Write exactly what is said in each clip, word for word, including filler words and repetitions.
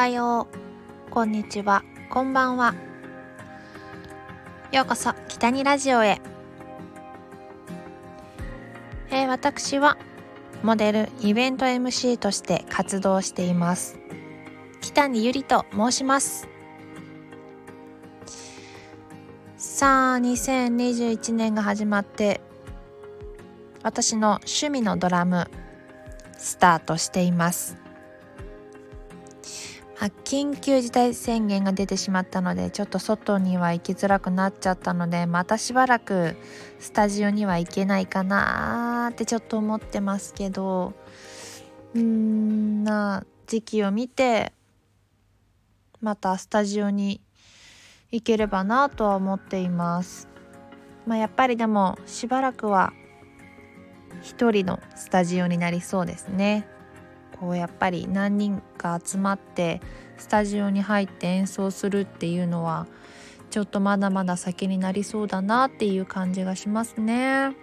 はよう、こんにちは、こんばんは。ようこそ北にラジオへ。えー、私はモデル、イベント エムシー として活動しています北にゆりと申します。さあにせんにじゅういちねんが始まって、私の趣味のドラムスタートしています。まあ、緊急事態宣言が出てしまったので、ちょっと外には行きづらくなっちゃったので、またしばらくスタジオには行けないかなってちょっと思ってますけど、うーんな時期を見てまたスタジオに行ければなとは思っています。まあ、やっぱりでもしばらくは一人のスタジオになりそうですね。こうやっぱり何人か集まってスタジオに入って演奏するっていうのはちょっとまだまだ先になりそうだなっていう感じがしますね。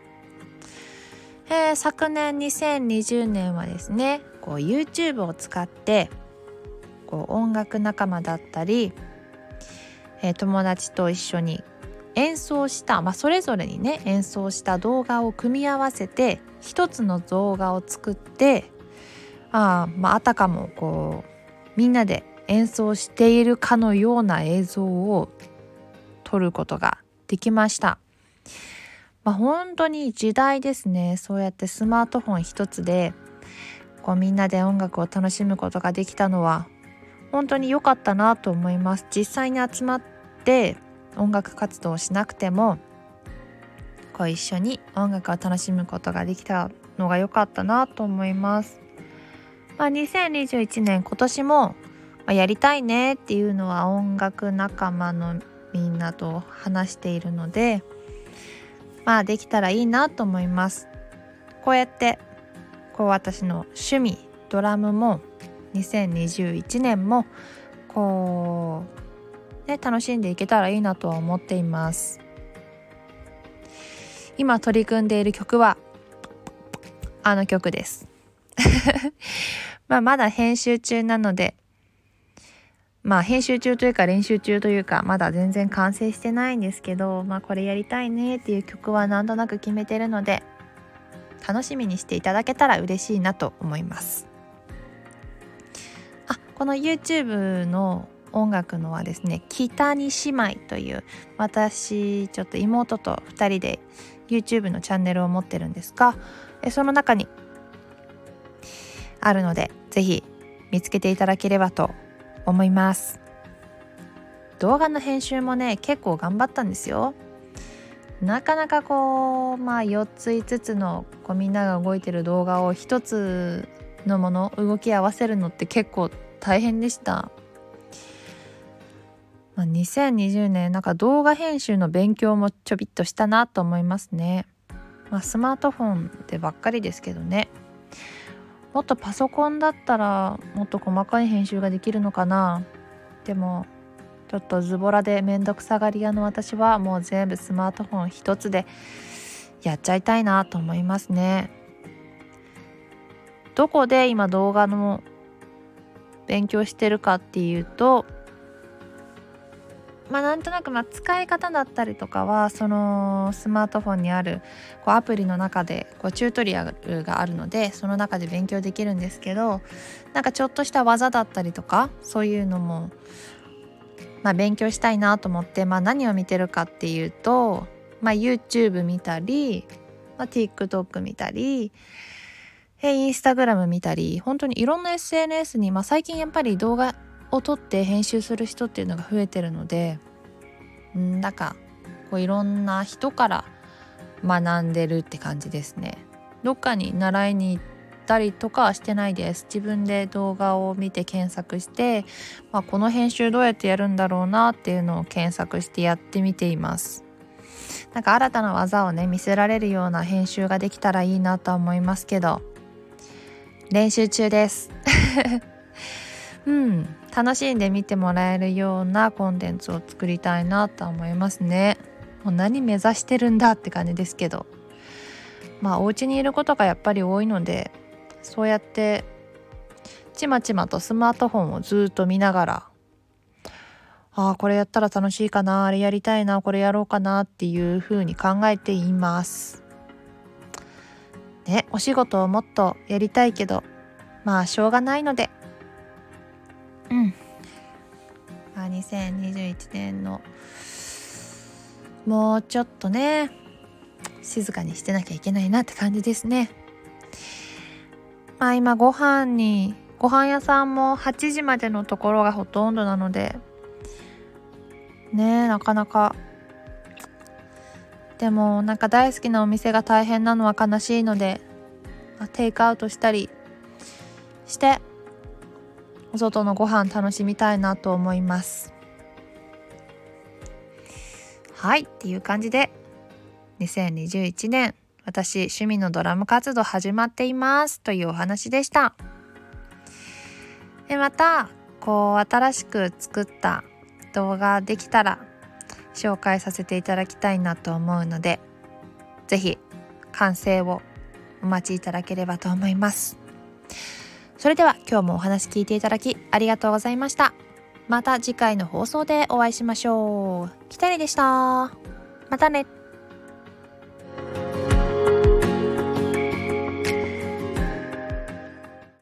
えー、昨年にせんにじゅうねんはですね、こう YouTube を使ってこう音楽仲間だったり、えー、友達と一緒に演奏した、まあ、それぞれにね演奏した動画を組み合わせて一つの動画を作って、あ, まあ、あたかもこうみんなで演奏しているかのような映像を撮ることができました。まあ、本当に時代ですね。そうやってスマートフォン一つでこうみんなで音楽を楽しむことができたのは本当に良かったなと思います。実際に集まって音楽活動をしなくてもこう一緒に音楽を楽しむことができたのが良かったなと思います。まあ、にせんにじゅういちねん今年も、まあ、やりたいねっていうのは音楽仲間のみんなと話しているので、まあできたらいいなと思います。こうやってこう私の趣味ドラムもにせんにじゅういちねんもこう、ね、楽しんでいけたらいいなとは思っています。今取り組んでいる曲はあの曲ですまあまだ編集中なので、まあ編集中というか練習中というかまだ全然完成してないんですけど、まあこれやりたいねっていう曲はなんとなく決めてるので楽しみにしていただけたら嬉しいなと思います。あ、この YouTube の音楽のはですね、北に姉妹という私ちょっと妹とふたりで YouTube のチャンネルを持ってるんですが、その中にあるのでぜひ見つけていただければと思います。動画の編集もね結構頑張ったんですよ。なかなかこうまあよっついつつのこうみんなが動いてる動画をひとつのもの動き合わせるのって結構大変でした。まあ、にせんにじゅうねんなんか動画編集の勉強もちょびっとしたなと思いますね。まあ、スマートフォンでばっかりですけどね。もっとパソコンだったらもっと細かい編集ができるのかな。でもちょっとズボラでめんどくさがり屋の私はもう全部スマートフォン一つでやっちゃいたいなと思いますね。どこで今動画の勉強してるかっていうと、まあなんとなくまあ使い方だったりとかはそのスマートフォンにあるこうアプリの中でこうチュートリアルがあるのでその中で勉強できるんですけど、なんかちょっとした技だったりとかそういうのもまあ勉強したいなと思って、まあ何を見てるかっていうと、まあ YouTube 見たり、まあ、TikTok 見たり、インスタグラム見たり、本当にいろんな エスエヌエス に、まあ、最近やっぱり動画を撮って編集する人っていうのが増えてるので、んなんかこういろんな人から学んでるって感じですね。どっかに習いに行ったりとかはしてないです。自分で動画を見て検索して、まあ、この編集どうやってやるんだろうなっていうのを検索してやってみています。なんか新たな技をね見せられるような編集ができたらいいなと思いますけど、練習中ですうん楽しんで見てもらえるようなコンテンツを作りたいなと思いますね。もう何目指してるんだって感じですけど、まあお家にいることがやっぱり多いので、そうやってちまちまとスマートフォンをずっと見ながら、ああこれやったら楽しいかな、あれやりたいな、これやろうかなっていうふうに考えていますね。お仕事をもっとやりたいけど、まあしょうがないので、うんあにせんにじゅういちねんのもうちょっとね静かにしてなきゃいけないなって感じですね。まあ今ご飯にご飯屋さんもはちじまでのところがほとんどなのでね、なかなか。でもなんか大好きなお店が大変なのは悲しいので、テイクアウトしたりしてお外のご飯楽しみたいなと思います。はいっていう感じでにせんにじゅういちねん私趣味のドラム活動始まっていますというお話でした。でまたこう新しく作った動画できたら紹介させていただきたいなと思うので、ぜひ完成をお待ちいただければと思います。それでは今日もお話聞いていただきありがとうございました。また次回の放送でお会いしましょう。きたりでした。またね。